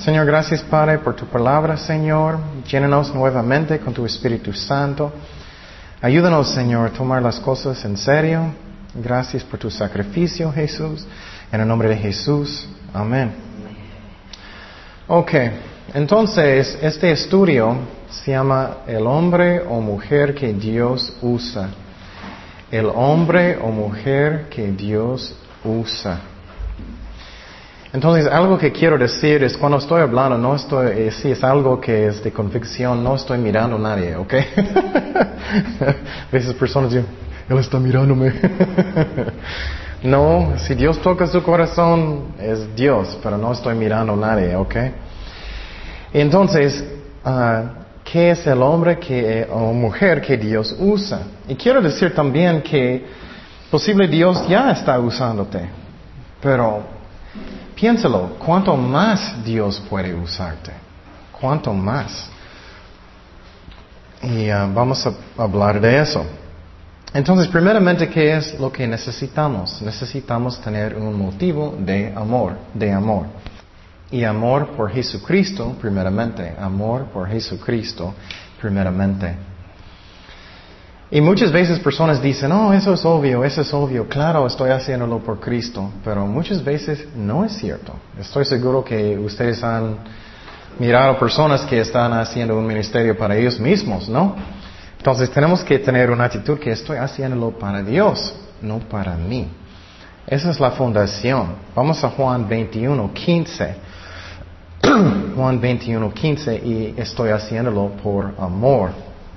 Señor, gracias, Padre, por tu palabra, Señor. Llénanos nuevamente con tu Espíritu Santo. Ayúdanos, Señor, a tomar las cosas en serio. Gracias por tu sacrificio, Jesús. En el nombre de Jesús. Amén. Ok, entonces, este estudio se llama El hombre o mujer que Dios usa. El hombre o mujer que Dios usa. Entonces, algo que quiero decir es, cuando estoy hablando, no estoy, si es algo que es de convicción, no estoy mirando a nadie, ¿ok? A veces personas dicen, Él está mirándome. No, si Dios toca su corazón, es Dios, pero no estoy mirando a nadie, ¿ok? Entonces, ¿qué es el hombre o mujer que Dios usa? Y quiero decir también que posible Dios ya está usándote, pero piénsalo, ¿cuánto más Dios puede usarte? ¿Cuánto más? Y vamos a hablar de eso. Entonces, primeramente, ¿qué es lo que necesitamos? Necesitamos tener un motivo de amor. Y amor por Jesucristo, primeramente. Amor por Jesucristo, primeramente. Y muchas veces personas dicen, oh, eso es obvio, claro, estoy haciéndolo por Cristo, pero muchas veces no es cierto. Estoy seguro que ustedes han mirado personas que están haciendo un ministerio para ellos mismos, ¿no? Entonces tenemos que tener una actitud que estoy haciéndolo para Dios, no para mí. Esa es la fundación. Vamos a Juan 21:15. Juan 21:15, y estoy haciéndolo por amor.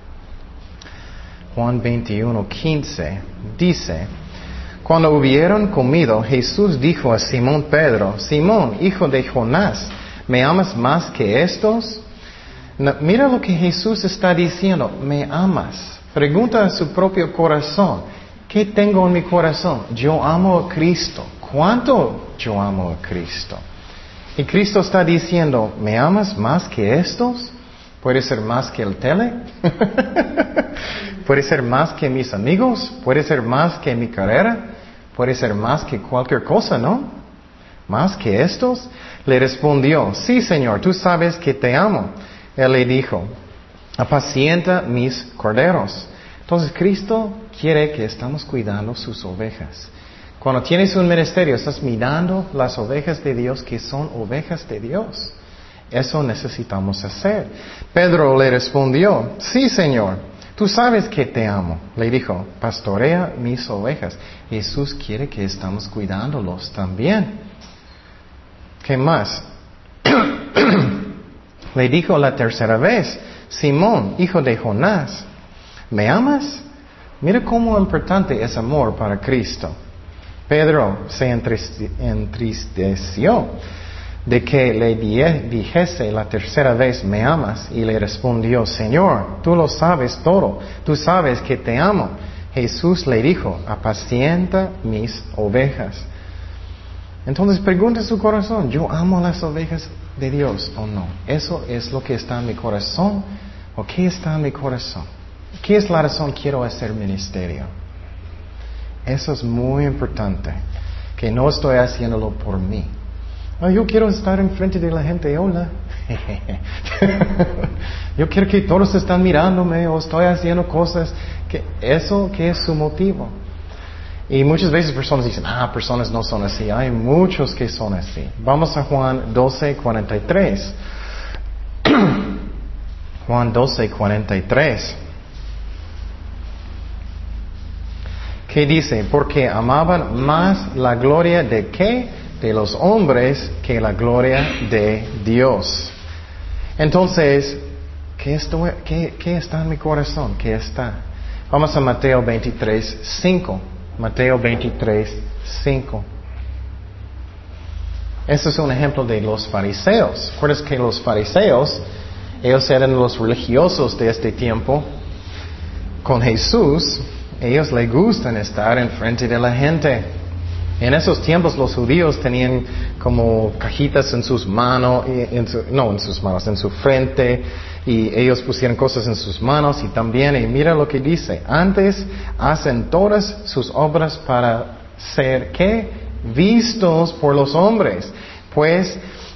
Juan 21:15 dice, cuando hubieron comido, Jesús dijo a Simón Pedro, Simón, hijo de Jonás, ¿me amas más que estos? No, mira lo que Jesús está diciendo, ¿me amas? Pregunta a su propio corazón, ¿qué tengo en mi corazón? Yo amo a Cristo. ¿Cuánto yo amo a Cristo? Y Cristo está diciendo, ¿me amas más que estos? ¿Puede ser más que el tele? ¿Puede ser más que mis amigos? ¿Puede ser más que mi carrera? ¿Puede ser más que cualquier cosa, no? ¿Más que estos? Le respondió, sí, Señor, tú sabes que te amo. Él le dijo, apacienta mis corderos. Entonces Cristo quiere que estamos cuidando sus ovejas. Cuando tienes un ministerio, estás mirando las ovejas de Dios que son ovejas de Dios. Eso necesitamos hacer. Pedro le respondió, sí, Señor, tú sabes que te amo. Le dijo, pastorea mis ovejas. Jesús quiere que estamos cuidándolos también. ¿Qué más? Le dijo la tercera vez, Simón, hijo de Jonás, ¿me amas? Mira cómo importante es amor para Cristo. Pedro se entristeció de que le dijese la tercera vez, ¿me amas? Y le respondió, Señor, tú lo sabes todo, tú sabes que te amo. Jesús le dijo, apacienta mis ovejas. Entonces pregunta su corazón, ¿yo amo las ovejas de Dios o no? ¿Eso es lo que está en mi corazón? ¿O qué está en mi corazón? ¿Qué es la razón quiero hacer ministerio? Eso es muy importante, que no estoy haciéndolo por mí. Oh, yo quiero estar enfrente de la gente, hola. Yo quiero que todos están mirándome o estoy haciendo cosas. ¿Qué es su motivo? Y muchas veces personas dicen, personas no son así. Hay muchos que son así. Vamos a Juan 12:43. Juan 12:43. ¿Qué dice? Porque amaban más la gloria de ¿qué? De los hombres que la gloria de Dios. Entonces, ¿qué está en mi corazón? ¿Qué está? Vamos a Mateo 23:5. Mateo 23:5. Este es un ejemplo de los fariseos. ¿Recuerdas que los fariseos, ellos eran los religiosos de este tiempo? Con Jesús, ellos les gustan estar enfrente de la gente. En esos tiempos los judíos tenían como cajitas en sus manos, en su frente, y ellos pusieron cosas en sus manos y también, y mira lo que dice, antes hacen todas sus obras para ser, ¿qué? Vistos por los hombres. Pues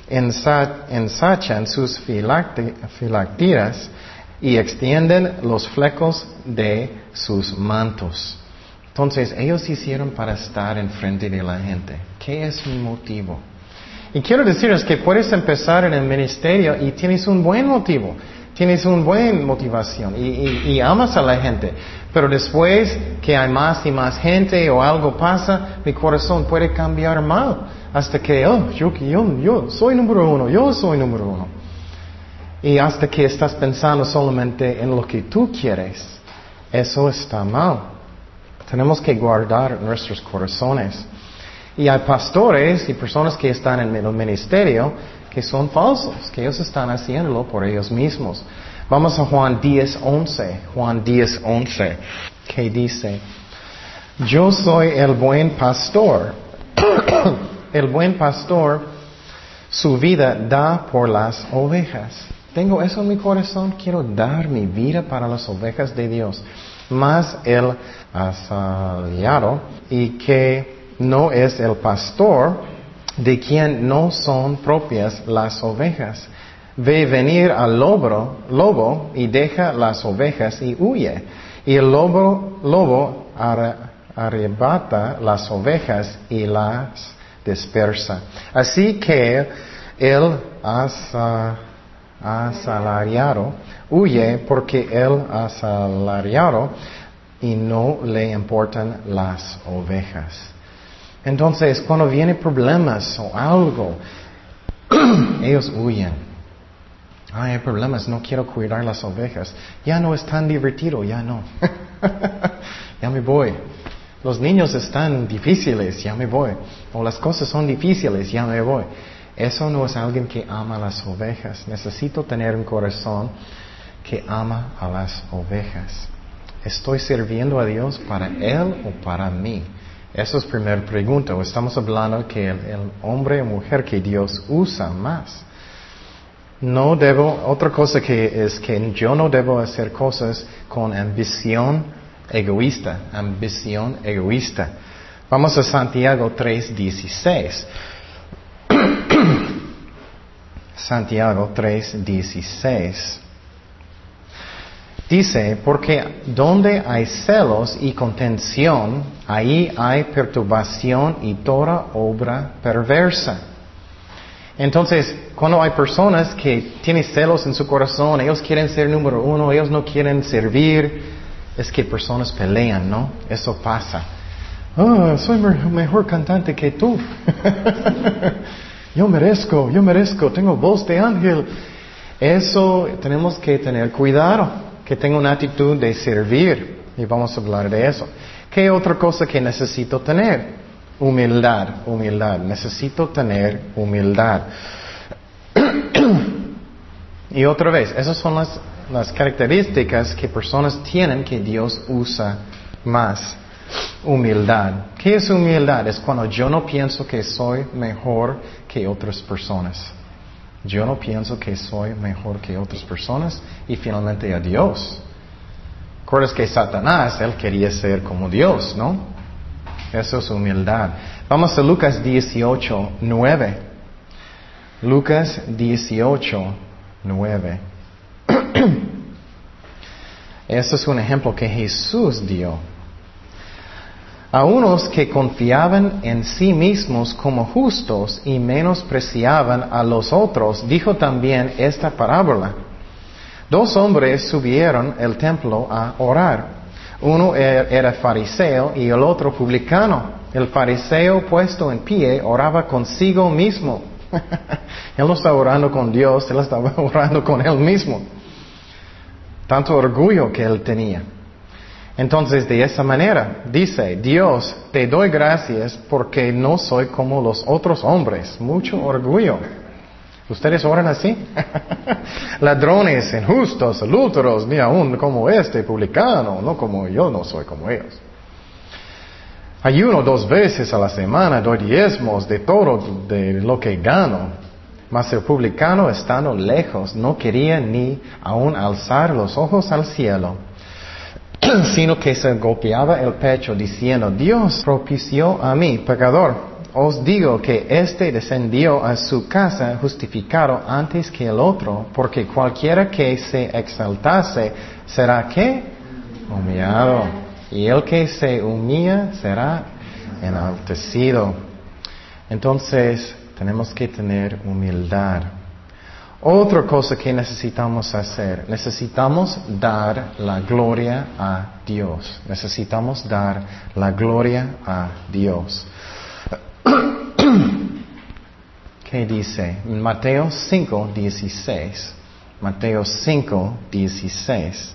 ensachan sus filacterias y extienden los flecos de sus mantos. Entonces, ellos hicieron para estar enfrente de la gente. ¿Qué es mi motivo? Y quiero decirles que puedes empezar en el ministerio y tienes un buen motivo, tienes una buena motivación y amas a la gente. Pero después que hay más y más gente o algo pasa, mi corazón puede cambiar mal. Hasta que, yo soy número uno, yo soy número uno. Y hasta que estás pensando solamente en lo que tú quieres, eso está mal. Tenemos que guardar nuestros corazones. Y hay pastores y personas que están en el ministerio que son falsos, que ellos están haciéndolo por ellos mismos. Vamos a Juan 10:11. Juan 10:11, que dice: yo soy el buen pastor. El buen pastor su vida da por las ovejas. Tengo eso en mi corazón, quiero dar mi vida para las ovejas de Dios. Mas el asalariado, y que no es el pastor, de quien no son propias las ovejas, ve venir al lobo y deja las ovejas y huye. Y el lobo arrebata las ovejas y las dispersa. Así que el asalariado huye porque el asalariado y no le importan las ovejas. Entonces, cuando vienen problemas o algo, ellos huyen. Ay, hay problemas, no quiero cuidar las ovejas. Ya no es tan divertido, ya no. Ya me voy. Los niños están difíciles, ya me voy. O las cosas son difíciles, ya me voy. Eso no es alguien que ama a las ovejas. Necesito tener un corazón que ama a las ovejas. ¿Estoy sirviendo a Dios para Él o para mí? Esa es la primera pregunta. Estamos hablando que el hombre o mujer que Dios usa más. Otra cosa que es que yo no debo hacer cosas con ambición egoísta. Vamos a Santiago 3:16. Santiago 3:16. Dice, porque donde hay celos y contención, ahí hay perturbación y toda obra perversa. Entonces, cuando hay personas que tienen celos en su corazón, ellos quieren ser número uno, ellos no quieren servir, es que personas pelean, ¿no? Eso pasa. Soy mejor cantante que tú. Yo merezco, tengo voz de ángel. Eso tenemos que tener cuidado. Que tenga una actitud de servir. Y vamos a hablar de eso. ¿Qué otra cosa que necesito tener? Humildad. Necesito tener humildad. Y otra vez, esas son las características que personas tienen que Dios usa más. Humildad. ¿Qué es humildad? Es cuando yo no pienso que soy mejor que otras personas. Yo no pienso que soy mejor que otras personas y finalmente a Dios. ¿Recuerdas que Satanás, él quería ser como Dios, no? Eso es humildad. Vamos a Lucas 18:9. Lucas 18:9. Este es un ejemplo que Jesús dio. A unos que confiaban en sí mismos como justos y menospreciaban a los otros, dijo también esta parábola. 2 hombres subieron al templo a orar. Uno era fariseo y el otro publicano. El fariseo, puesto en pie, oraba consigo mismo. Él no estaba orando con Dios, él estaba orando con él mismo. Tanto orgullo que él tenía. Entonces, de esa manera, dice, Dios, te doy gracias porque no soy como los otros hombres. Mucho orgullo. ¿Ustedes oran así? Ladrones, injustos, adúlteros, ni aún como este publicano, no como yo, no soy como ellos. Ayuno 2 veces a la semana, doy diezmos de todo de lo que gano. Mas el publicano, estando lejos, no quería ni aún alzar los ojos al cielo, sino que se golpeaba el pecho diciendo, Dios propició a mí, pecador. Os digo que éste descendió a su casa justificado antes que el otro, porque cualquiera que se exaltase será ¿qué? Humillado. Y el que se humilla será enaltecido. Entonces, tenemos que tener humildad. Otra cosa que necesitamos hacer, necesitamos dar la gloria a Dios. Necesitamos dar la gloria a Dios. ¿Qué dice? Mateo 5:16. Mateo 5:16.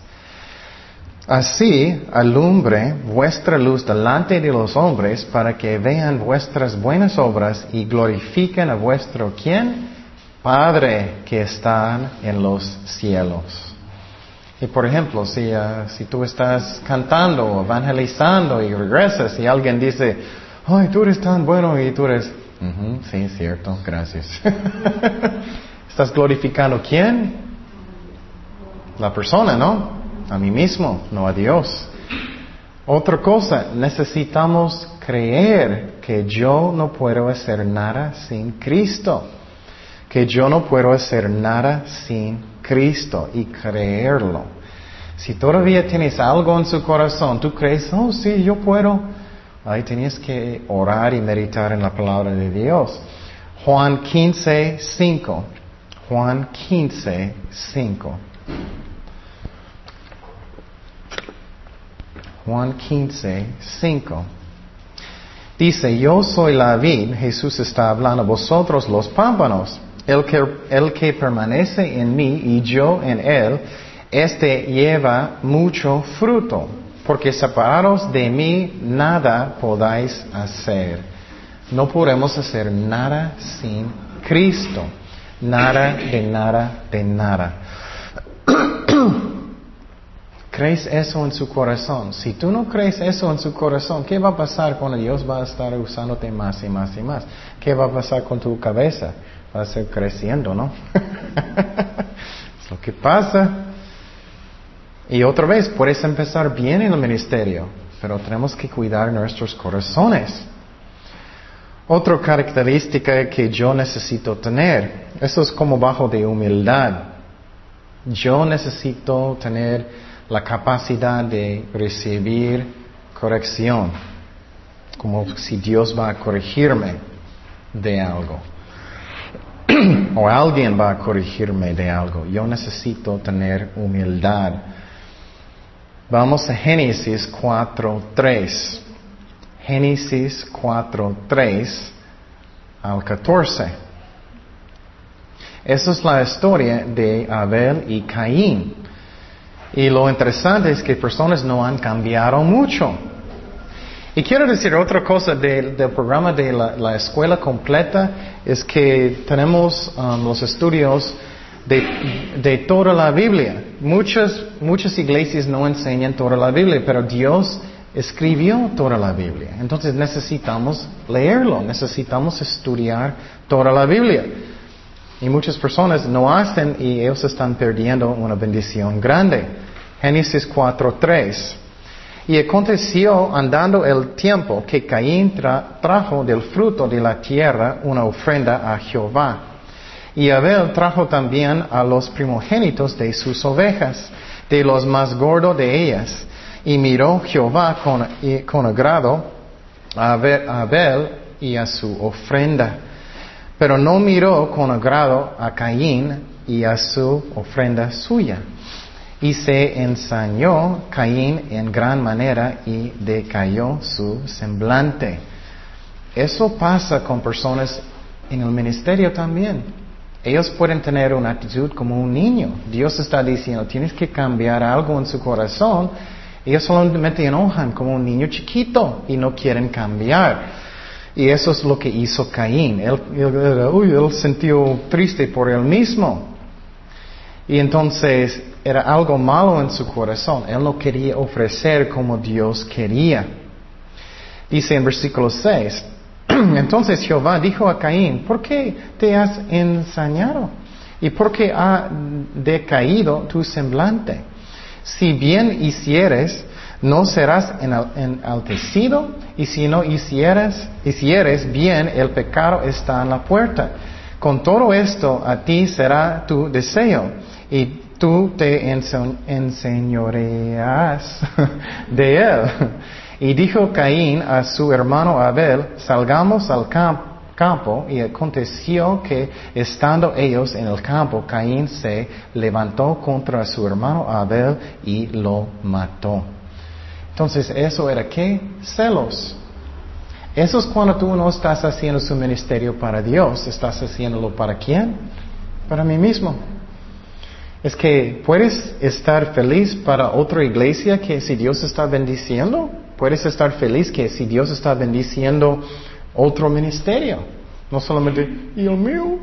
Así alumbre vuestra luz delante de los hombres para que vean vuestras buenas obras y glorifiquen a vuestro ¿quién? Padre que está en los cielos. Y por ejemplo, si tú estás cantando o evangelizando y regresas y alguien dice, ¡ay, tú eres tan bueno! Y tú eres, sí, cierto, gracias. ¿Estás glorificando quién? La persona, ¿no? A mí mismo, no a Dios. Otra cosa, necesitamos creer que yo no puedo hacer nada sin Cristo. Que yo no puedo hacer nada sin Cristo y creerlo. Si todavía tienes algo en su corazón, tú crees, oh sí, yo puedo. Ahí tienes que orar y meditar en la palabra de Dios. Juan 15:5. Juan 15:5. Juan 15:5. Dice, yo soy la vid, Jesús está hablando, vosotros los pámpanos. El que permanece en mí y yo en él, este lleva mucho fruto, porque separados de mí nada podáis hacer. No podemos hacer nada sin Cristo. Nada de nada de nada. ¿Crees eso en su corazón? Si tú no crees eso en su corazón, ¿qué va a pasar cuando Dios va a estar usándote más y más y más? ¿Qué va a pasar con tu cabeza? Va a seguir creciendo, ¿no? Es lo que pasa. Y otra vez, puedes empezar bien en el ministerio, pero tenemos que cuidar nuestros corazones. Otra característica que yo necesito tener, eso es como bajo de humildad. Yo necesito tener la capacidad de recibir corrección, como si Dios va a corregirme de algo. O alguien va a corregirme de algo. Yo necesito tener humildad. Vamos a Génesis 4:3. Génesis 4:3 al 14. Esa es la historia de Abel y Caín. Y lo interesante es que personas no han cambiado mucho. Y quiero decir otra cosa del programa de la escuela completa, es que tenemos los estudios de toda la Biblia. Muchas iglesias no enseñan toda la Biblia, pero Dios escribió toda la Biblia. Entonces necesitamos leerlo, necesitamos estudiar toda la Biblia. Y muchas personas no hacen y ellos están perdiendo una bendición grande. Génesis 4:3. Y aconteció andando el tiempo que Caín trajo del fruto de la tierra una ofrenda a Jehová. Y Abel trajo también a los primogénitos de sus ovejas, de los más gordos de ellas. Y miró Jehová con agrado a Abel y a su ofrenda. Pero no miró con agrado a Caín y a su ofrenda suya. Y se ensañó Caín en gran manera y decayó su semblante. Eso pasa con personas en el ministerio también. Ellos pueden tener una actitud como un niño. Dios está diciendo, tienes que cambiar algo en su corazón. Ellos solamente enojan como un niño chiquito y no quieren cambiar. Y eso es lo que hizo Caín. Él sintió triste por él mismo. Y entonces era algo malo en su corazón. Él no quería ofrecer como Dios quería. Dice en versículo 6, entonces Jehová dijo a Caín, ¿por qué te has ensañado? ¿Y por qué ha decaído tu semblante? Si bien hicieres, ¿no serás enaltecido? y si no hicieres bien, el pecado está en la puerta. Con todo esto, a ti será tu deseo, y tú te enseñorearás de él. Y dijo Caín a su hermano Abel, salgamos al campo, y aconteció que, estando ellos en el campo, Caín se levantó contra su hermano Abel y lo mató. Entonces, ¿eso era qué? Celos. Eso es cuando tú no estás haciendo su ministerio para Dios. ¿Estás haciéndolo para quién? Para mí mismo. Es que puedes estar feliz para otra iglesia que si Dios está bendiciendo. Puedes estar feliz que si Dios está bendiciendo otro ministerio. No solamente, y el mío.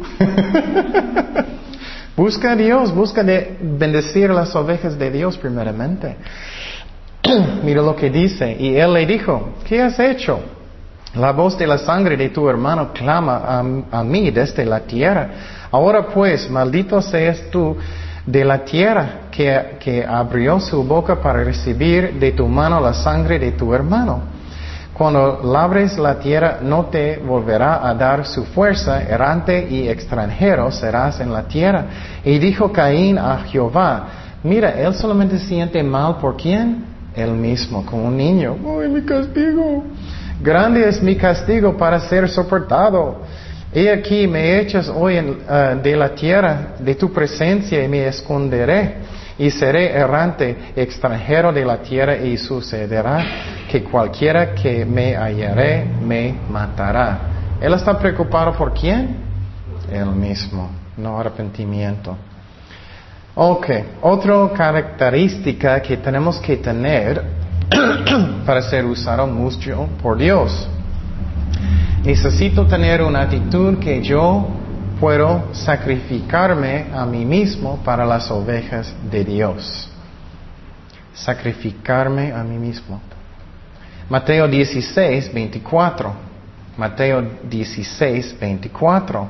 Busca a Dios, busca de bendecir las ovejas de Dios primeramente. Mira lo que dice. Y él le dijo, ¿qué has hecho? La voz de la sangre de tu hermano clama a mí desde la tierra. Ahora pues, maldito seas tú de la tierra que abrió su boca para recibir de tu mano la sangre de tu hermano. Cuando labres la tierra no te volverá a dar su fuerza, errante y extranjero serás en la tierra. Y dijo Caín a Jehová, mira, él solamente siente mal ¿por quién? Él mismo, como un niño. ¡Ay, mi castigo! Grande es mi castigo para ser soportado. He aquí me echas hoy de la tierra, de tu presencia, y me esconderé, y seré errante, extranjero de la tierra, y sucederá que cualquiera que me hallaré me matará. Él está preocupado ¿por quién? Él mismo, no arrepentimiento. Ok, otra característica que tenemos que tener para ser usado mucho por Dios. Necesito tener una actitud que yo puedo sacrificarme a mí mismo para las ovejas de Dios. Sacrificarme a mí mismo. Mateo 16, 24. Mateo 16, 24.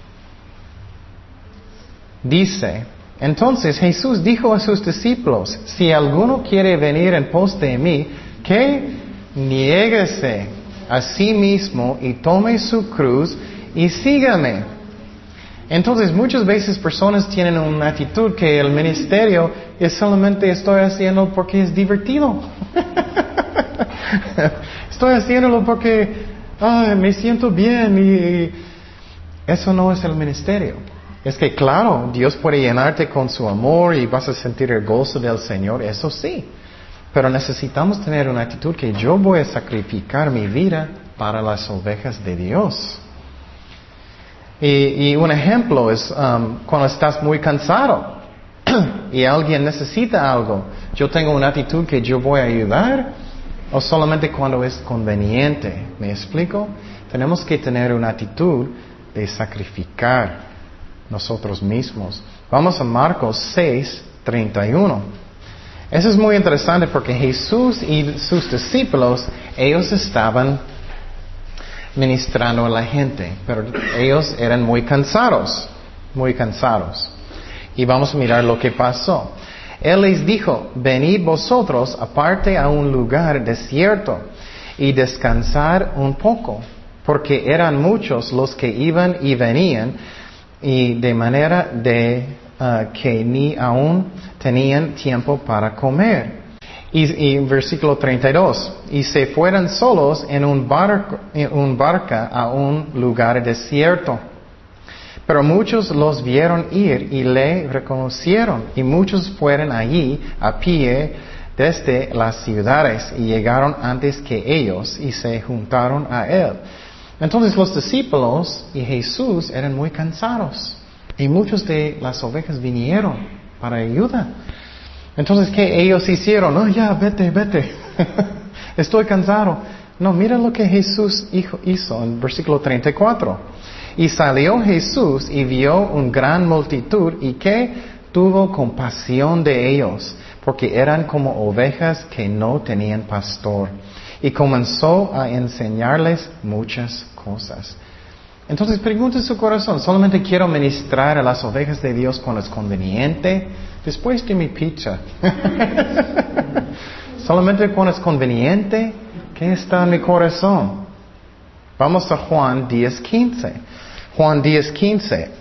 Dice, entonces Jesús dijo a sus discípulos, si alguno quiere venir en pos de mí, que niéguese a sí mismo y tome su cruz y sígame. Entonces muchas veces personas tienen una actitud que el ministerio es solamente estoy haciendo porque es divertido. Estoy haciéndolo porque me siento bien y eso no es el ministerio. Es que claro, Dios puede llenarte con su amor y vas a sentir el gozo del Señor, eso sí. Pero necesitamos tener una actitud que yo voy a sacrificar mi vida para las ovejas de Dios. Y un ejemplo es cuando estás muy cansado y alguien necesita algo. Yo tengo una actitud que yo voy a ayudar o solamente cuando es conveniente. ¿Me explico? Tenemos que tener una actitud de sacrificar nosotros mismos. Vamos a Marcos 6, 31. Eso es muy interesante porque Jesús y sus discípulos, ellos estaban ministrando a la gente, pero ellos eran muy cansados. Y vamos a mirar lo que pasó. Él les dijo, venid vosotros aparte a un lugar desierto y descansar un poco, porque eran muchos los que iban y venían, y de manera que ni aún tenían tiempo para comer. Y versículo 32, y se fueron solos en un barca a un lugar desierto. Pero muchos los vieron ir y le reconocieron, y muchos fueron allí a pie desde las ciudades y llegaron antes que ellos y se juntaron a él. Entonces los discípulos y Jesús eran muy cansados y muchos de las ovejas vinieron para ayuda. Entonces, ¿qué ellos hicieron? No, ya, vete. Estoy cansado. No, mira lo que Jesús hizo en versículo 34. Y salió Jesús y vio una gran multitud y que tuvo compasión de ellos, porque eran como ovejas que no tenían pastor. Y comenzó a enseñarles muchas cosas. Entonces pregunta su corazón, ¿solamente quiero ministrar a las ovejas de Dios cuando es conveniente? Después de mi pizza. ¿Solamente cuando es conveniente ¿Qué está en mi corazón? Vamos a Juan 10:15. Juan 10:15.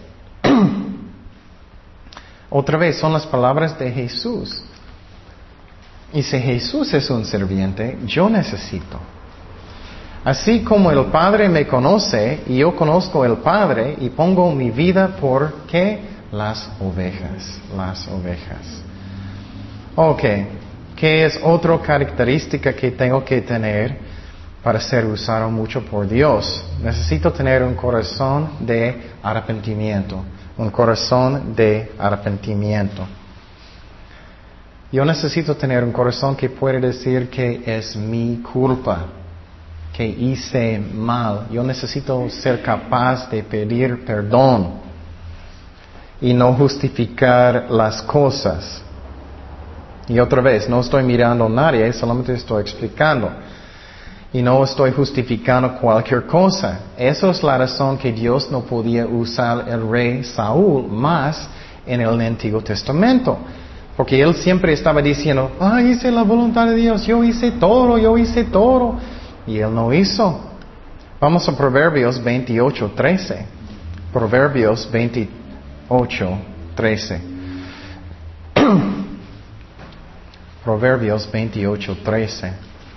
Otra vez, son las palabras de Jesús. Y si Jesús es un sirviente, yo necesito. Así como el Padre me conoce y yo conozco al Padre y pongo mi vida por ¿qué? Las ovejas. Las ovejas. Ok. ¿Qué es otra característica que tengo que tener para ser usado mucho por Dios? Necesito tener un corazón de arrepentimiento. Un corazón de arrepentimiento. Yo necesito tener un corazón que puede decir que es mi culpa, que hice mal. Yo necesito ser capaz de pedir perdón y no justificar las cosas. Y otra vez, no estoy mirando a nadie, solamente estoy explicando. Y no estoy justificando cualquier cosa. Esa es la razón que Dios no podía usar el rey Saúl más en el Antiguo Testamento. Porque él siempre estaba diciendo, hice la voluntad de Dios, yo hice todo. Y él no hizo. Vamos a Proverbios 28:13. Proverbios 28:13. Proverbios 28:13.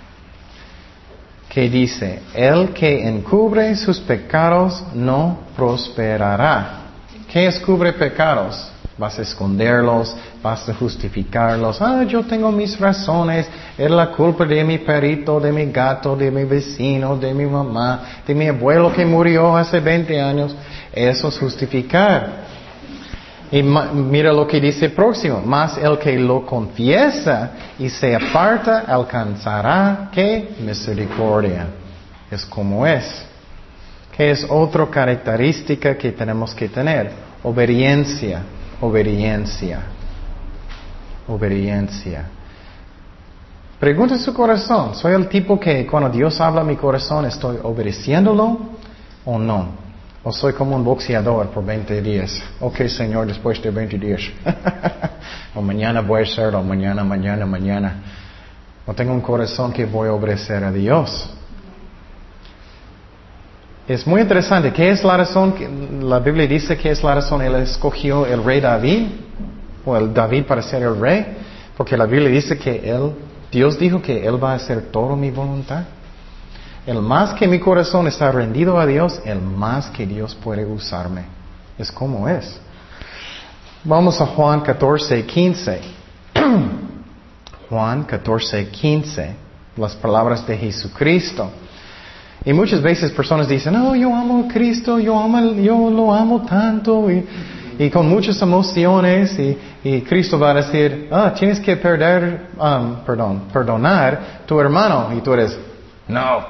Que dice, el que encubre sus pecados no prosperará. ¿Qué es cubre pecados? Vas a esconderlos, vas a justificarlos. Yo tengo mis razones, es la culpa de mi perrito, de mi gato, de mi vecino, de mi mamá, de mi abuelo que murió hace 20 años. Eso es justificar. Y mira lo que dice próximo, mas el que lo confiesa y se aparta alcanzará, ¿qué? Misericordia. Es como es. ¿Qué es otra característica que tenemos que tener? Obediencia. Pregunta su corazón, ¿soy el tipo que cuando Dios habla a mi corazón estoy obedeciéndolo o no? ¿O soy como un boxeador por 20 días? Ok, Señor, después de 20 días. O mañana voy a hacerlo, mañana. No tengo un corazón que voy a obedecer a Dios. Es muy interesante. ¿Qué es la razón? La Biblia dice que es la razón él escogió el rey David, o el David para ser el rey, porque la Biblia dice que Dios dijo que él va a hacer toda mi voluntad. El más que mi corazón está rendido a Dios, el más que Dios puede usarme. Es como es. Vamos a Juan 14:15. Juan 14:15. Las palabras de Jesucristo. Y muchas veces personas dicen, yo amo a Cristo, yo lo amo tanto, y con muchas emociones, y Cristo va a decir, tienes que perdonar tu hermano, y tú eres, no.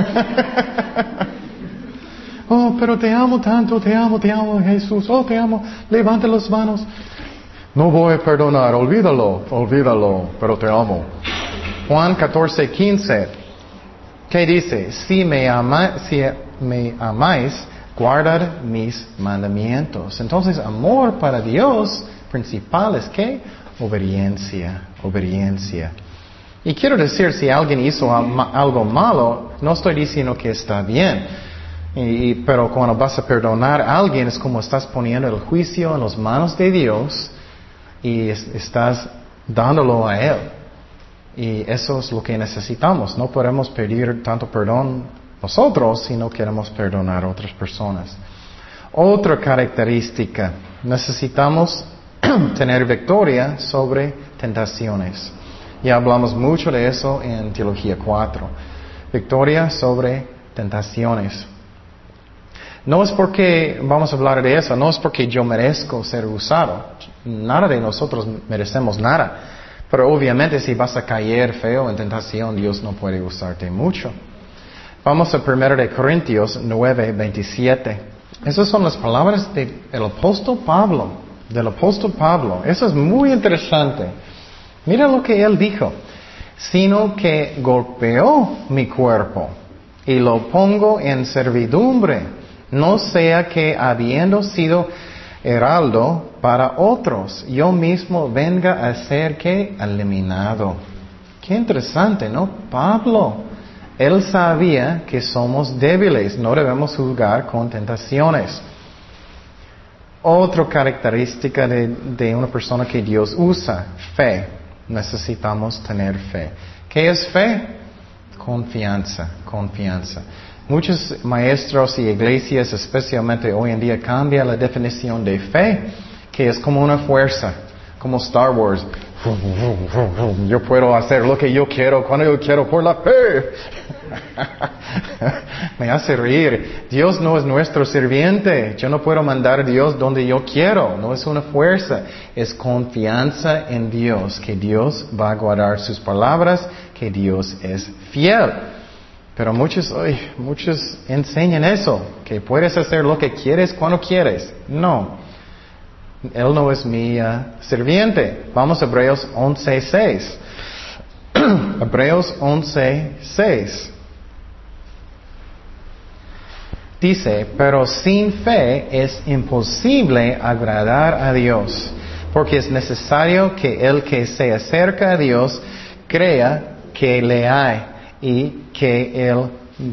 Pero te amo tanto, te amo Jesús, te amo, levanta las manos. No voy a perdonar, olvídalo, pero te amo. Juan 14:15. ¿Qué dice? Si me amáis, guardad mis mandamientos. Entonces, amor para Dios principal es ¿qué? Obediencia. Y quiero decir, si alguien hizo algo malo, no estoy diciendo que está bien. Pero cuando vas a perdonar a alguien, es como estás poniendo el juicio en las manos de Dios y estás dándolo a Él. Y eso es lo que necesitamos. No podemos pedir tanto perdón nosotros si no queremos perdonar a otras personas. Otra característica, necesitamos tener victoria sobre tentaciones. Ya hablamos mucho de eso en Teología 4. Victoria sobre tentaciones. No es porque, vamos a hablar de eso, no es porque yo merezco ser usado. Nada de nosotros merecemos nada. Pero obviamente si vas a caer feo en tentación, Dios no puede usarte mucho. Vamos a 1 Corintios 9:27. Esas son las palabras del apóstol Pablo. Eso es muy interesante. Mira lo que él dijo. Sino que golpeó mi cuerpo y lo pongo en servidumbre. No sea que habiendo sido heraldo para otros, yo mismo venga a ser ¿qué? Eliminado. Qué interesante, ¿no? Pablo, Él sabía que somos débiles, no debemos juzgar con tentaciones. Otra característica de una persona que Dios usa, fe. Necesitamos tener fe. ¿Qué es fe? Confianza, confianza. Muchos maestros y iglesias, especialmente hoy en día, cambian la definición de fe, que es como una fuerza, como Star Wars. Yo puedo hacer lo que yo quiero, cuando yo quiero, por la fe. Me hace reír. Dios no es nuestro sirviente. Yo no puedo mandar a Dios donde yo quiero. No es una fuerza. Es confianza en Dios, que Dios va a guardar sus palabras, que Dios es fiel. Pero muchos enseñan eso, que puedes hacer lo que quieres cuando quieres. No. Él no es mi sirviente. Vamos a Hebreos 11:6. Hebreos 11:6. Dice, pero sin fe es imposible agradar a Dios, porque es necesario que el que se acerca a Dios crea que le hay y que el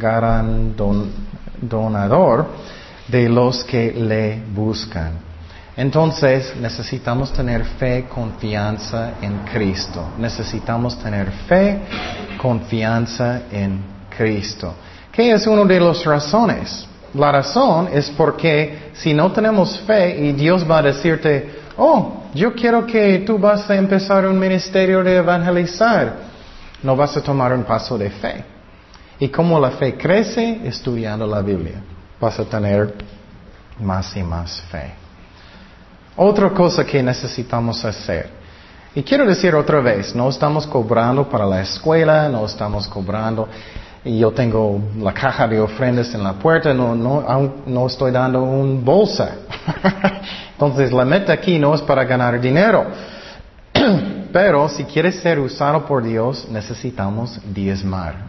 galardonador de los que le buscan. Entonces necesitamos tener fe, confianza en Cristo. Necesitamos tener fe, confianza en Cristo. ¿Qué es una de las razones? La razón es porque si no tenemos fe y Dios va a decirte, oh, yo quiero que tú vas a empezar un ministerio de evangelizar, no vas a tomar un paso de fe. Y como la fe crece estudiando la Biblia, vas a tener más y más fe. Otra cosa que necesitamos hacer, y quiero decir otra vez, no estamos cobrando para la escuela, no estamos cobrando, y yo tengo la caja de ofrendas en la puerta, no estoy dando un bolsa. Entonces la meta aquí no es para ganar dinero. Pero si quieres ser usado por Dios, necesitamos diezmar.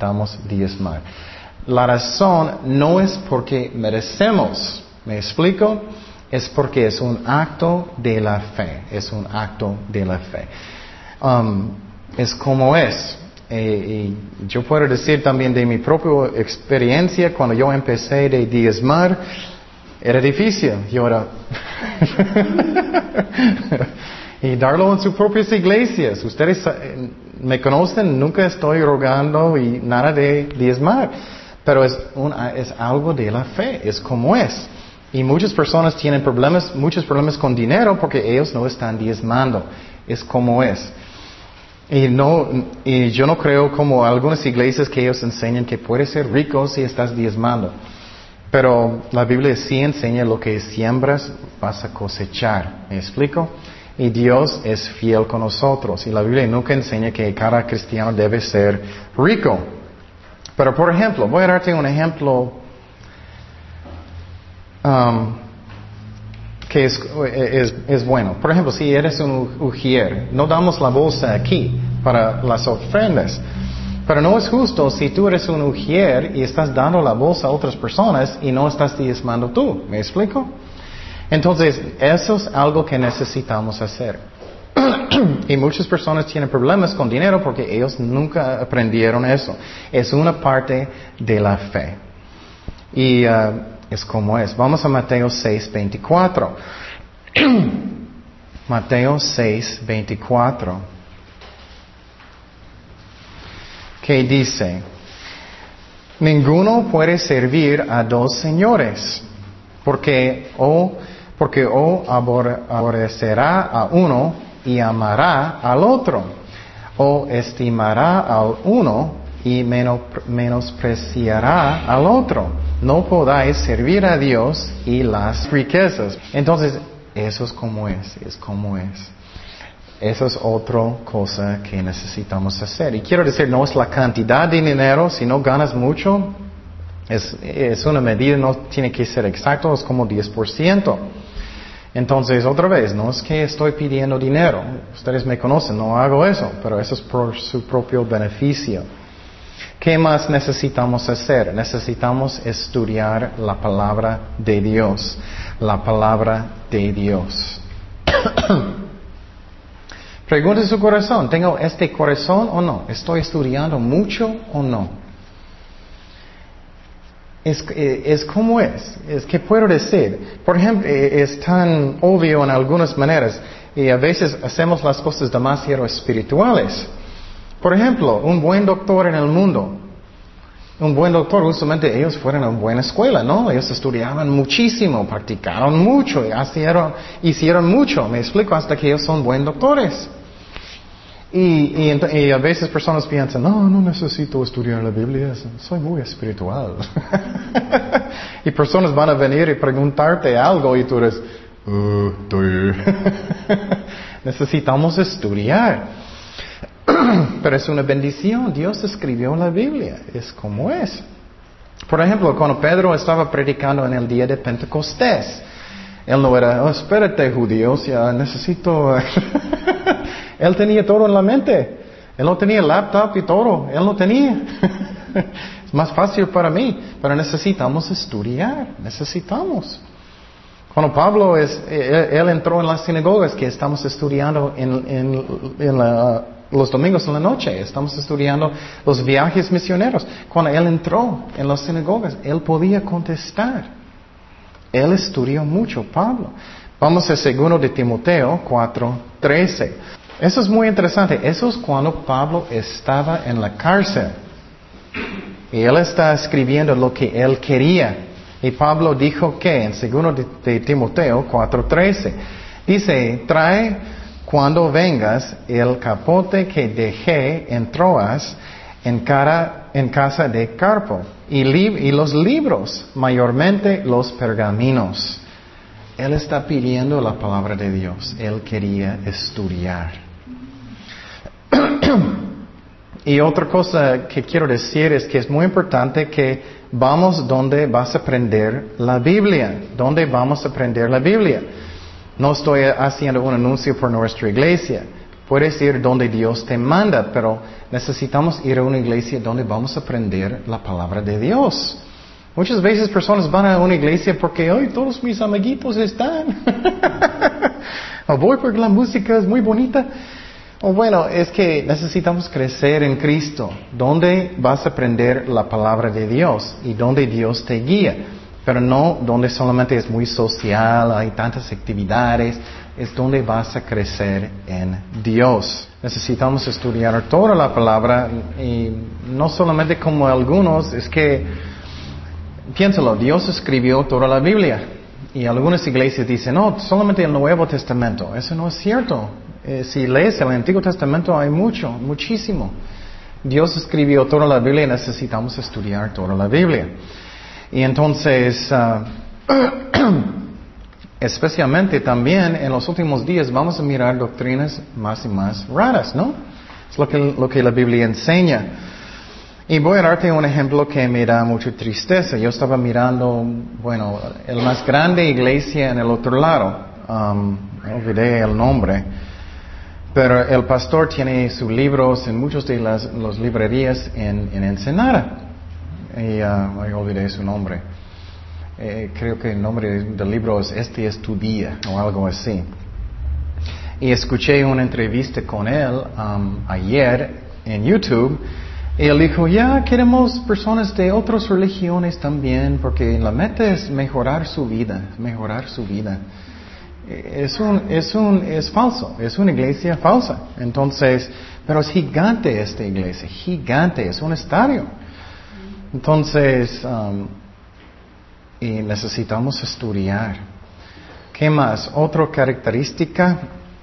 La razón no es porque merecemos, ¿me explico? Es porque es un acto de la fe, es como es. Y yo puedo decir también de mi propia experiencia, cuando yo empecé de diezmar, era difícil. Yo era y darlo en sus propias iglesias. Ustedes me conocen, nunca estoy rogando y nada de diezmar. Pero es algo de la fe, es como es. Y muchas personas tienen muchos problemas con dinero porque ellos no están diezmando. Es como es. Y yo no creo como algunas iglesias que ellos enseñan que puedes ser rico si estás diezmando. Pero la Biblia sí enseña lo que siembras vas a cosechar. ¿Me explico? Y Dios es fiel con nosotros. Y la Biblia nunca enseña que cada cristiano debe ser rico. Pero por ejemplo, voy a darte un ejemplo que es bueno. Por ejemplo, si eres un ujier, no damos la bolsa aquí para las ofrendas. Pero no es justo si tú eres un ujier y estás dando la bolsa a otras personas y no estás diezmando tú. ¿Me explico? Entonces, eso es algo que necesitamos hacer. Y muchas personas tienen problemas con dinero porque ellos nunca aprendieron eso. Es una parte de la fe. Y es como es. Vamos a Mateo 6:24. Mateo 6:24. Que dice, ninguno puede servir a dos señores, porque o aborrecerá a uno y amará al otro, o estimará al uno y menospreciará al otro. No podáis servir a Dios y las riquezas. Entonces, eso es como es. Eso es otra cosa que necesitamos hacer. Y quiero decir, no es la cantidad de dinero, si no ganas mucho, es una medida, no tiene que ser exacto, es como 10%. Entonces, otra vez, no es que estoy pidiendo dinero. Ustedes me conocen, no hago eso, pero eso es por su propio beneficio. ¿Qué más necesitamos hacer? Necesitamos estudiar la palabra de Dios. La palabra de Dios. Pregunte su corazón, ¿tengo este corazón o no? ¿Estoy estudiando mucho o no? Es como es que puedo decir. Por ejemplo, es tan obvio en algunas maneras y a veces hacemos las cosas demasiado espirituales. Por ejemplo, un buen doctor en el mundo. Un buen doctor, justamente ellos fueron a una buena escuela, ¿no? Ellos estudiaban muchísimo, practicaron mucho, hicieron mucho, me explico, hasta que ellos son buenos doctores. Y a veces personas piensan, no necesito estudiar la Biblia, soy muy espiritual. Y personas van a venir y preguntarte algo y tú eres, necesitamos estudiar. Pero es una bendición. Dios escribió la Biblia. Es como es. Por ejemplo, cuando Pedro estaba predicando en el día de Pentecostés, él no era, espérate judíos, ya necesito... Él tenía todo en la mente. Él no tenía laptop y todo. Él no tenía. Es más fácil para mí. Pero necesitamos estudiar. Necesitamos. Cuando Pablo él entró en las sinagogas que estamos estudiando los domingos en la noche, estamos estudiando los viajes misioneros. Cuando él entró en las sinagogas, él podía contestar. Él estudió mucho, Pablo. Vamos a 2 de Timoteo 4:13. Eso es muy interesante. Eso es cuando Pablo estaba en la cárcel. Y él está escribiendo lo que él quería. Y Pablo dijo que en 2 de Timoteo 4:13, dice, trae cuando vengas el capote que dejé en Troas en casa de Carpo y los libros, mayormente los pergaminos. Él está pidiendo la palabra de Dios. Él quería estudiar. Y otra cosa que quiero decir es que es muy importante que vamos donde vas a aprender la Biblia. ¿Dónde vamos a aprender la Biblia? No estoy haciendo un anuncio por nuestra iglesia. Puedes ir donde Dios te manda, pero necesitamos ir a una iglesia donde vamos a aprender la palabra de Dios. Muchas veces personas van a una iglesia porque hoy todos mis amiguitos están. O voy porque la música es muy bonita. O bueno, es que necesitamos crecer en Cristo. Donde vas a aprender la palabra de Dios y donde Dios te guía. Pero no donde solamente es muy social, hay tantas actividades, es donde vas a crecer en Dios. Necesitamos estudiar toda la palabra y no solamente como algunos, es que, piénsalo, Dios escribió toda la Biblia y algunas iglesias dicen, no, solamente el Nuevo Testamento. Eso no es cierto. Si lees el Antiguo Testamento hay muchísimo. Dios escribió toda la Biblia y necesitamos estudiar toda la Biblia. Y entonces, especialmente también en los últimos días vamos a mirar doctrinas más y más raras, ¿no? Es lo que la Biblia enseña. Y voy a darte un ejemplo que me da mucha tristeza. Yo estaba mirando, bueno, el más grande iglesia en el otro lado. Olvidé el nombre. Pero el pastor tiene sus libros en muchas de las librerías en Ensenada. Y olvidé su nombre. Creo que el nombre del libro es Este es tu día o algo así. Y escuché una entrevista con él ayer en YouTube. Y él dijo, ya queremos personas de otras religiones también, porque la meta es mejorar su vida. Es falso, es una iglesia falsa. Entonces, pero es gigante esta iglesia, gigante, es un estadio. Entonces, y necesitamos estudiar. ¿Qué más? Otra característica,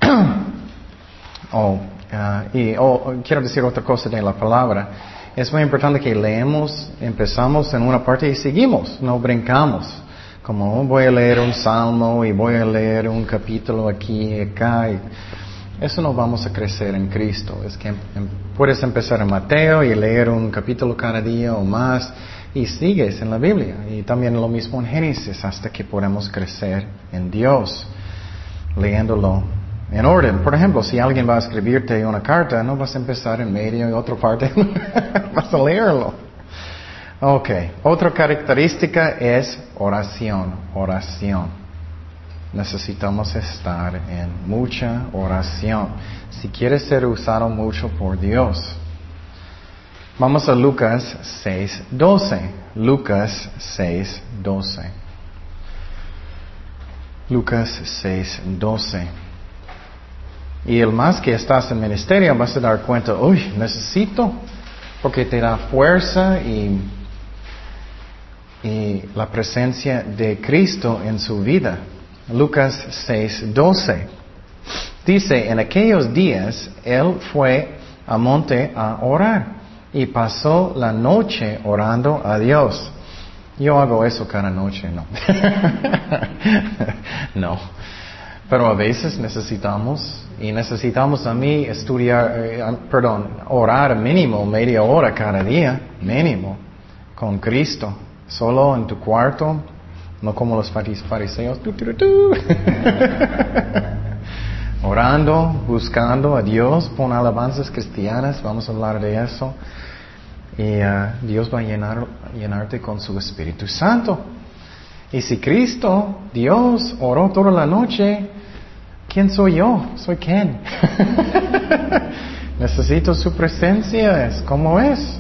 quiero decir otra cosa de la palabra. Es muy importante que leemos, empezamos en una parte y seguimos, no brincamos. Como voy a leer un salmo y voy a leer un capítulo aquí y acá. Eso no vamos a crecer en Cristo. Es que puedes empezar en Mateo y leer un capítulo cada día o más y sigues en la Biblia. Y también lo mismo en Génesis hasta que podamos crecer en Dios, leyéndolo en orden. Por ejemplo, si alguien va a escribirte una carta, no vas a empezar en medio y otra parte, vas a leerlo. Ok, otra característica es oración. Necesitamos estar en mucha oración. Si quieres ser usado mucho por Dios. Vamos a Lucas 6:12. Lucas 6:12. Lucas 6:12. Y el más que estás en ministerio vas a dar cuenta, uy, necesito, porque te da fuerza y la presencia de Cristo en su vida. Lucas 6:12. Dice, en aquellos días él fue a monte a orar y pasó la noche orando a Dios. Yo hago eso cada noche, no. No. Pero a veces necesitamos a mí orar mínimo media hora cada día, mínimo, con Cristo, solo en tu cuarto, no como los fariseos, orando, buscando a Dios, pon alabanzas cristianas, vamos a hablar de eso. Y Dios va a llenarte con su Espíritu Santo. Y si Cristo, Dios, oró toda la noche, ¿quién soy yo? ¿Soy quién? Necesito su presencia, es como es.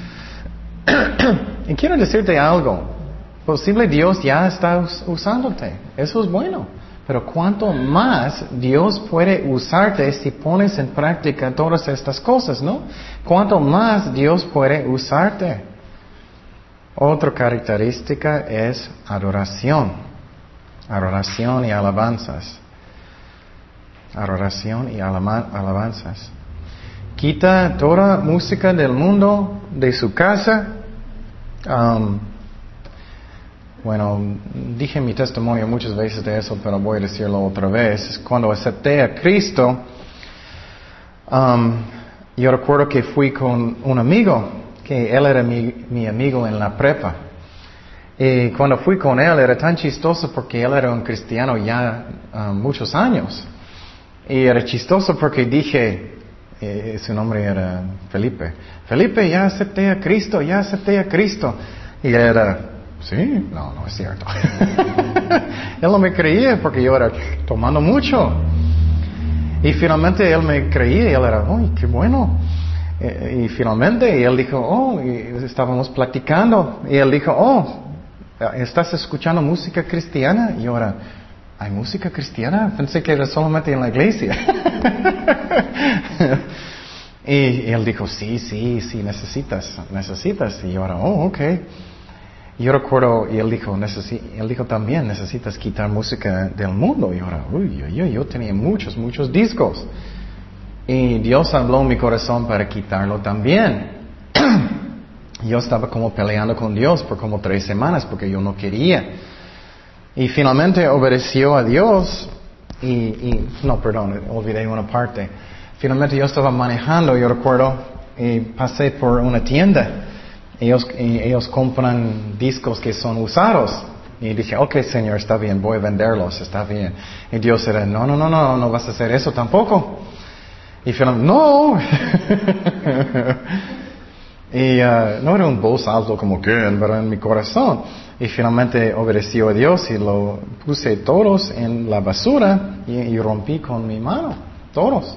Y quiero decirte algo. Posible Dios ya está usándote. Eso es bueno. Pero cuánto más Dios puede usarte si pones en práctica todas estas cosas, ¿no? Cuánto más Dios puede usarte. Otra característica es adoración. Adoración y alabanzas. Adoración y alabanzas. Quita toda música del mundo de su casa. Bueno, dije mi testimonio muchas veces de eso, pero voy a decirlo otra vez. Cuando acepté a Cristo, yo recuerdo que fui con un amigo, que él era mi amigo en la prepa. Y cuando fui con él era tan chistoso porque él era un cristiano ya muchos años. Y era chistoso porque dije, su nombre era Felipe. Felipe, ya acepté a Cristo, ya acepté a Cristo. Y él era, sí, no es cierto. Él no me creía porque yo era tomando mucho. Y finalmente él me creía y él era, uy, qué bueno. Y finalmente él dijo, y estábamos platicando. Y él dijo, ¿estás escuchando música cristiana? Y yo era, ¿hay música cristiana? Pensé que era solamente en la iglesia. Y él dijo, sí, necesitas. Y yo era, ok. Y yo recuerdo, y él dijo también, necesitas quitar música del mundo. Y ahora, yo tenía muchos discos. Y Dios habló en mi corazón para quitarlo también. Yo estaba como peleando con Dios por como 3 semanas porque yo no quería. Y finalmente obedeció a Dios. Olvidé una parte. Finalmente yo estaba manejando, yo recuerdo, y pasé por una tienda. Ellos compran discos que son usados. Y dije, ok, Señor, está bien, voy a venderlos, está bien. Y Dios era, no vas a hacer eso tampoco. Y finalmente, no. Y no era un voz alto como que, pero en mi corazón. Y finalmente obedeció a Dios y lo puse todos en la basura y rompí con mi mano, todos.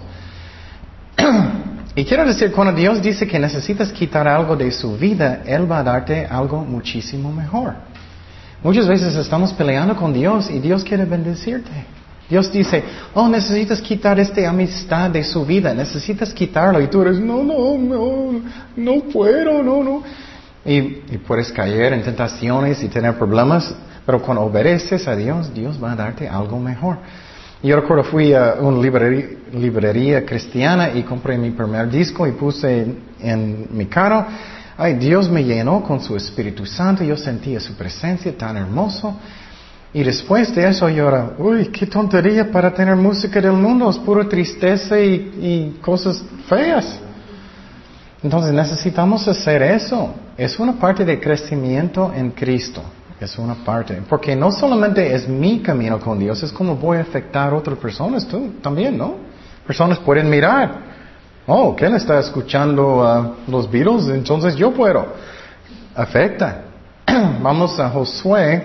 Y quiero decir, cuando Dios dice que necesitas quitar algo de su vida, Él va a darte algo muchísimo mejor. Muchas veces estamos peleando con Dios y Dios quiere bendecirte. Dios dice, necesitas quitar esta amistad de su vida, necesitas quitarlo. Y tú eres, no puedo, no. Y puedes caer en tentaciones y tener problemas, pero cuando obedeces a Dios, Dios va a darte algo mejor. Yo recuerdo fui a una librería cristiana y compré mi primer disco y puse en mi carro. Dios me llenó con su Espíritu Santo, yo sentía su presencia tan hermoso. Y después de eso yo era, qué tontería para tener música del mundo, es pura tristeza y cosas feas. Entonces necesitamos hacer eso. Es una parte de crecimiento en Cristo. Es una parte. Porque no solamente es mi camino con Dios, es como voy a afectar a otras personas tú también, ¿no? Personas pueden mirar. ¿Qué le está escuchando los Beatles? Entonces yo puedo. Afecta. Vamos a Josué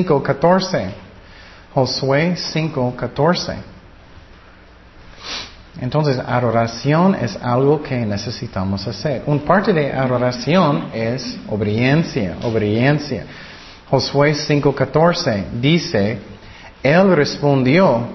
5:14. Josué 5:14. Entonces, adoración es algo que necesitamos hacer. Un parte de adoración es obediencia. Josué 5:14 dice, él respondió,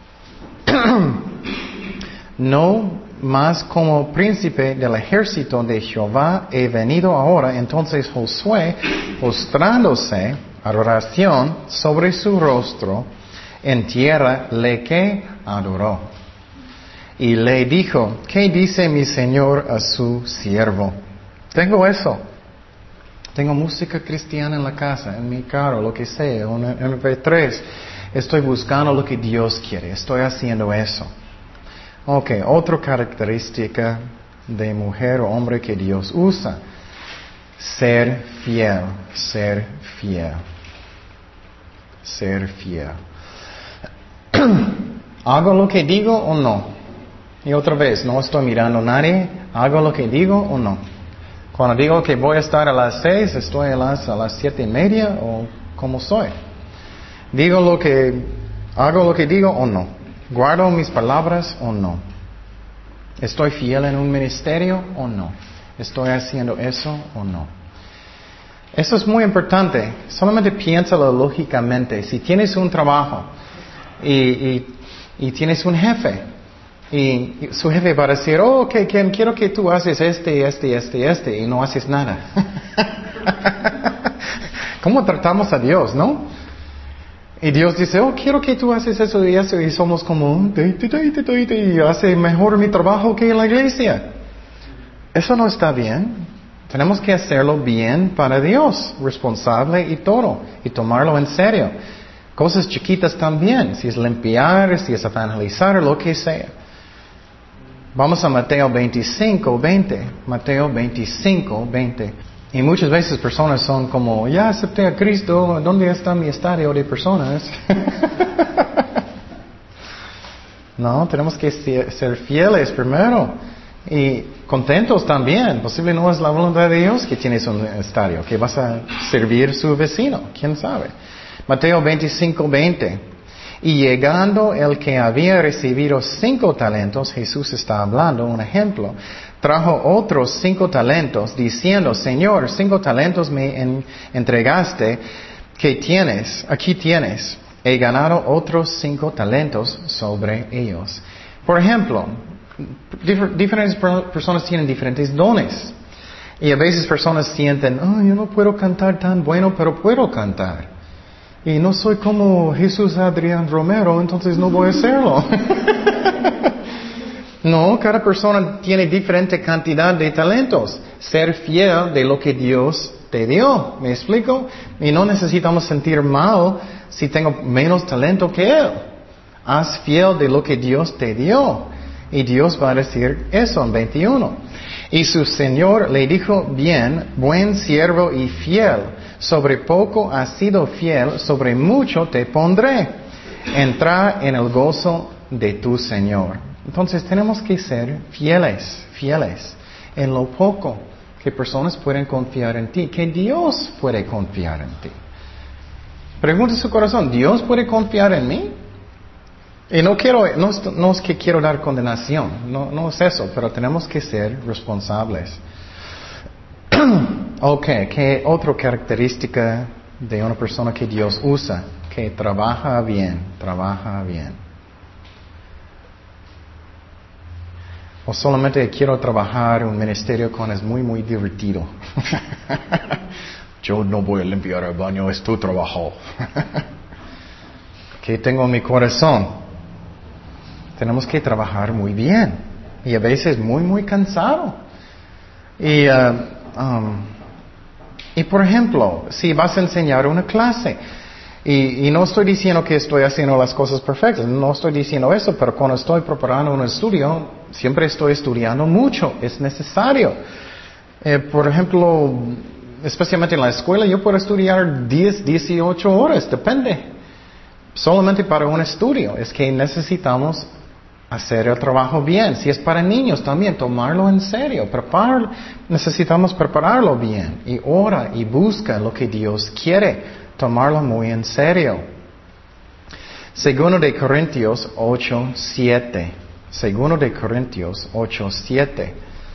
no más como príncipe del ejército de Jehová he venido ahora. Entonces Josué, postrándose, adoración sobre su rostro, en tierra le que adoró. Y le dijo, ¿qué dice mi señor a su siervo? Tengo eso. Tengo música cristiana en la casa, en mi carro, lo que sea, un MP3. Estoy buscando lo que Dios quiere. Estoy haciendo eso. Ok, otra característica de mujer o hombre que Dios usa. Ser fiel. ¿Hago lo que digo o no? Y otra vez, no estoy mirando a nadie. ¿Hago lo que digo o no? Cuando digo que voy a estar a las 6, ¿estoy a las 7:30 o cómo soy? ¿Hago lo que digo o no? ¿Guardo mis palabras o no? ¿Estoy fiel en un ministerio o no? ¿Estoy haciendo eso o no? Eso es muy importante. Solamente piénsalo lógicamente. Si tienes un trabajo y tienes un jefe, y su jefe va a decir, quiero que tú haces este, y no haces nada. ¿Cómo tratamos a Dios, no? Y Dios dice, quiero que tú haces eso, y somos como, y hace mejor mi trabajo que en la iglesia. Eso no está bien. Tenemos que hacerlo bien para Dios, responsable y todo, y tomarlo en serio. Cosas chiquitas también, si es limpiar, si es evangelizar, lo que sea. Vamos a Mateo 25:20. Mateo 25:20. Y muchas veces personas son como, ya acepté a Cristo, ¿dónde está mi estadio de personas? No, tenemos que ser fieles primero. Y contentos también. Posible no es la voluntad de Dios que tienes un estadio, que vas a servir a su vecino. ¿Quién sabe? Mateo 25:20. Y llegando el que había recibido 5 talentos, Jesús está hablando un ejemplo, trajo otros 5 talentos, diciendo, Señor, 5 talentos me entregaste, ¿qué tienes? Aquí tienes. He ganado otros 5 talentos sobre ellos. Por ejemplo, diferentes personas tienen diferentes dones. Y a veces personas sienten, yo no puedo cantar tan bueno, pero puedo cantar. Y no soy como Jesús Adrián Romero, entonces no voy a hacerlo. No, cada persona tiene diferente cantidad de talentos. Ser fiel de lo que Dios te dio. ¿Me explico? Y no necesitamos sentir mal si tengo menos talento que Él. Haz fiel de lo que Dios te dio. Y Dios va a decir eso en 21. Y su Señor le dijo, bien, buen siervo y fiel. Sobre poco has sido fiel, sobre mucho te pondré. Entra en el gozo de tu Señor. Entonces tenemos que ser fieles en lo poco, que personas pueden confiar en ti, que Dios puede confiar en ti. Pregunta su corazón, ¿Dios puede confiar en mí? Y no es que quiero dar condenación, no es eso, pero tenemos que ser responsables. Ok, ¿qué otra característica de una persona que Dios usa? Que trabaja bien. O solamente quiero trabajar en un ministerio cuando es muy, muy divertido. Yo no voy a limpiar el baño, es tu trabajo. ¿Qué tengo en mi corazón? Tenemos que trabajar muy bien. Y a veces muy, muy cansado. Y por ejemplo, si vas a enseñar una clase, y no estoy diciendo que estoy haciendo las cosas perfectas, no estoy diciendo eso, pero cuando estoy preparando un estudio, siempre estoy estudiando mucho, es necesario. Por ejemplo, especialmente en la escuela, yo puedo estudiar 10, 18 horas, depende. Solamente para un estudio, es que necesitamos hacer el trabajo bien. Si es para niños también, tomarlo en serio. Necesitamos prepararlo bien. Y ora y busca lo que Dios quiere. Tomarlo muy en serio. Segundo de Corintios 8:7. Segundo de Corintios 8:7.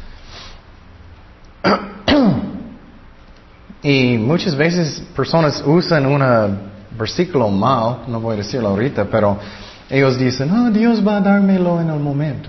Y muchas veces personas usan un versículo mal, no voy a decirlo ahorita, pero ellos dicen, Dios va a dármelo en el momento.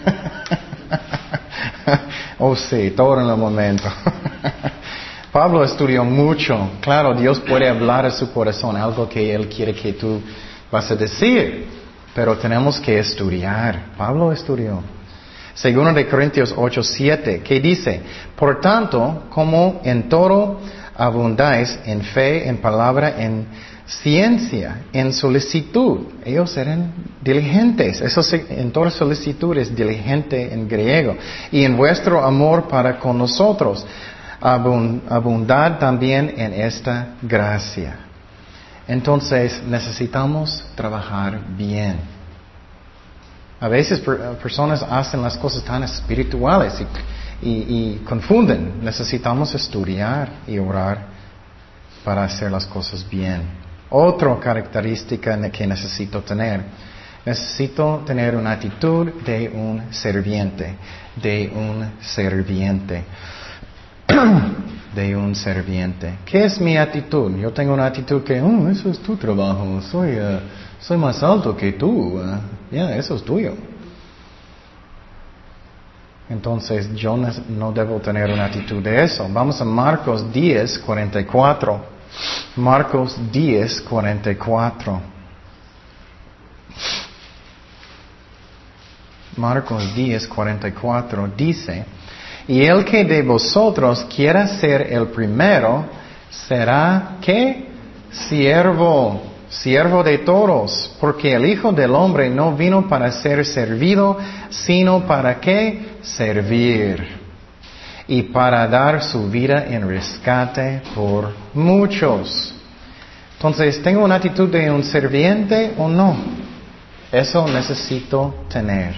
Oh sí, todo en el momento. Pablo estudió mucho. Claro, Dios puede hablar a su corazón, algo que Él quiere que tú vas a decir. Pero tenemos que estudiar. Pablo estudió. Segundo de Corintios 8:7, que dice, por tanto, como en todo abundáis en fe, en palabra, en ciencia, en solicitud. Ellos eran diligentes. Eso en toda solicitud es diligente en griego. Y en vuestro amor para con nosotros. Abundad también en esta gracia. Entonces necesitamos trabajar bien. A veces personas hacen las cosas tan espirituales y confunden. Necesitamos estudiar y orar para hacer las cosas bien. Otra característica que necesito tener una actitud de un serviente. De un serviente. ¿Qué es mi actitud? Yo tengo una actitud que, eso es tu trabajo, soy más alto que tú, eso es tuyo. Entonces yo no debo tener una actitud de eso. Vamos a Marcos 10:44. Marcos 10:44. Marcos 10:44 dice, y el que de vosotros quiera ser el primero, será, ¿qué? Siervo de todos, porque el Hijo del Hombre no vino para ser servido, sino para, ¿qué? Servir. Y para dar su vida en rescate por muchos. Entonces, ¿tengo una actitud de un serviente o no? Eso necesito tener.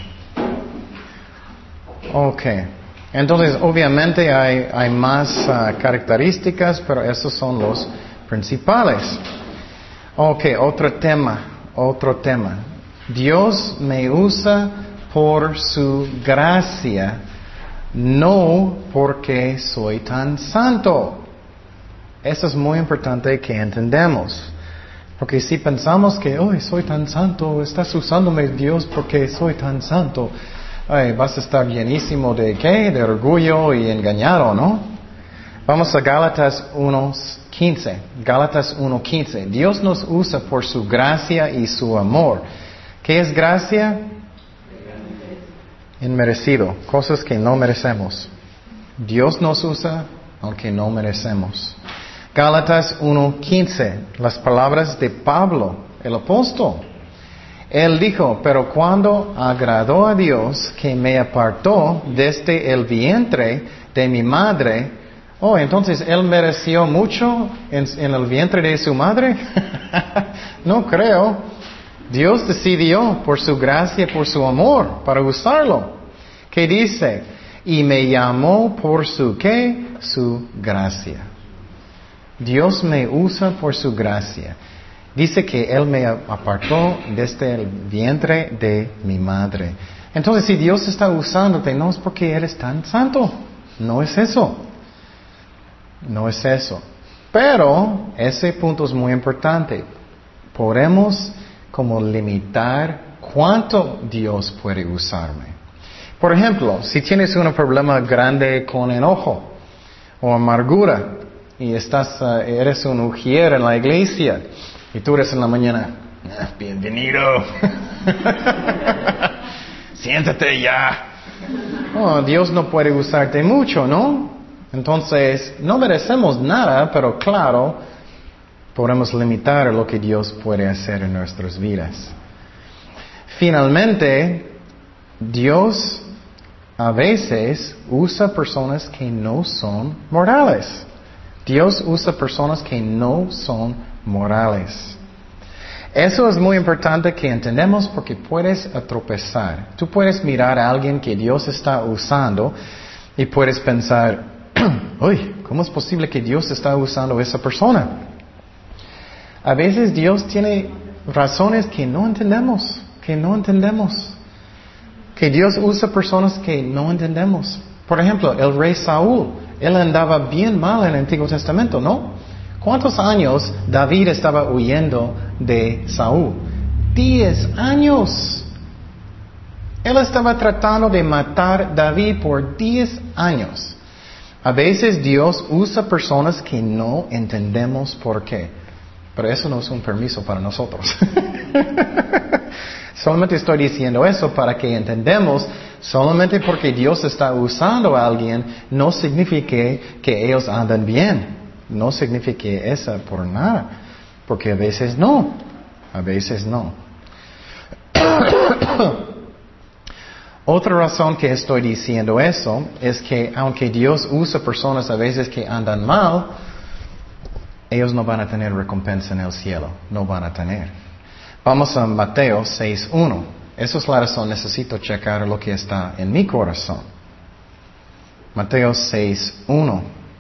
Okay. Entonces, obviamente hay más características, pero esos son los principales. Okay, otro tema. Dios me usa por su gracia, no porque soy tan santo. Eso es muy importante que entendamos. Porque si pensamos que, soy tan santo, estás usándome Dios porque soy tan santo, vas a estar llenísimo de ¿qué? De orgullo y engañado, ¿no? Vamos a Gálatas 1:15. Gálatas 1:15. Dios nos usa por su gracia y su amor. ¿Qué es gracia? Inmerecido. Cosas que no merecemos. Dios nos usa aunque no merecemos. Gálatas 1:15. Las palabras de Pablo, el apóstol. Él dijo, pero cuando agradó a Dios que me apartó desde el vientre de mi madre, entonces Él mereció mucho en el vientre de su madre. No creo. Dios decidió por su gracia, por su amor, para usarlo. ¿Qué dice? Y me llamó por su ¿qué? Su gracia. Dios me usa por su gracia. Dice que Él me apartó desde el vientre de mi madre. Entonces, si Dios está usándote, no es porque eres tan santo. No es eso. No es eso. Pero, ese punto es muy importante. Podemos como limitar cuánto Dios puede usarme. Por ejemplo, si tienes un problema grande con enojo o amargura y eres un ujier en la iglesia, y tú eres en la mañana, bienvenido, siéntate ya. Dios no puede usarte mucho, ¿no? Entonces, no merecemos nada, pero claro, podemos limitar lo que Dios puede hacer en nuestras vidas. Finalmente, Dios a veces usa personas que no son morales. Dios usa personas que no son morales. Eso es muy importante que entendamos porque puedes tropezar. Tú puedes mirar a alguien que Dios está usando y puedes pensar, uy, ¿cómo es posible que Dios está usando a esa persona? A veces Dios tiene razones que no entendemos. que Dios usa personas que no entendemos. Por ejemplo, el rey Saúl, él andaba bien mal en el Antiguo Testamento, ¿no? ¿Cuántos años David estaba huyendo de Saúl? 10 años. Él estaba tratando de matar a David por 10 años. A veces Dios usa personas que no entendemos por qué. Pero eso no es un permiso para nosotros. Solamente estoy diciendo eso para que entendamos, solamente porque Dios está usando a alguien, no significa que ellos andan bien. No significa eso por nada. Porque a veces no. A veces no. Otra razón que estoy diciendo eso es que aunque Dios usa personas a veces que andan mal, ellos no van a tener recompensa en el cielo. No van a tener. Vamos a Mateo 6:1. Esa es la razón. Necesito checar lo que está en mi corazón. Mateo 6:1.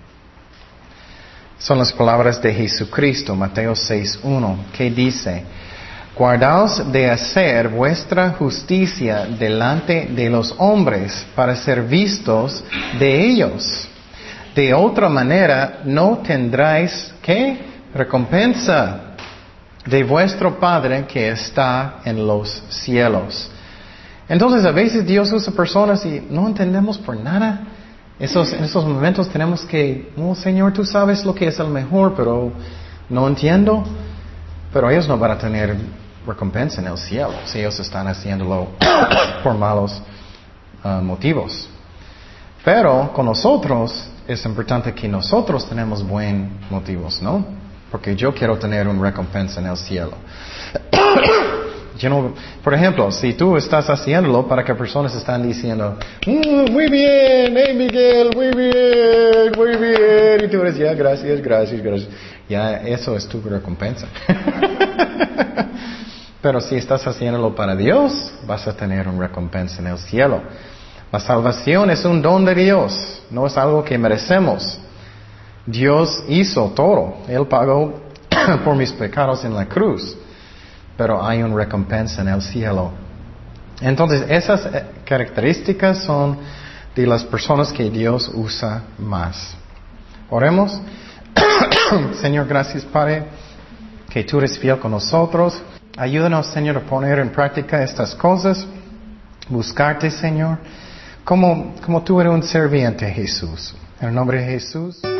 Son las palabras de Jesucristo. Mateo 6:1. ¿Qué dice? Guardaos de hacer vuestra justicia delante de los hombres para ser vistos de ellos. De otra manera no tendráis, ¿qué? Recompensa de vuestro Padre que está en los cielos. Entonces a veces Dios usa personas y no entendemos por nada. En esos momentos tenemos que, oh Señor, tú sabes lo que es el mejor, pero no entiendo. Pero ellos no van a tener recompensa en el cielo si ellos están haciéndolo por malos motivos. Pero con nosotros es importante que nosotros tenemos buenos motivos, ¿no? Porque yo quiero tener una recompensa en el cielo. Por ejemplo, si tú estás haciéndolo para que personas están diciendo, muy bien, hey Miguel, muy bien, y tú eres, ya, gracias. Ya, eso es tu recompensa. Pero si estás haciéndolo para Dios, vas a tener una recompensa en el cielo. La salvación es un don de Dios, no es algo que merecemos. Dios hizo todo. Él pagó por mis pecados en la cruz. Pero hay una recompensa en el cielo. Entonces, esas características son de las personas que Dios usa más. Oremos. Señor, gracias, Padre, que tú eres fiel con nosotros. Ayúdanos, Señor, a poner en práctica estas cosas. Buscarte, Señor, como tú eres un serviente, Jesús. En el nombre de Jesús.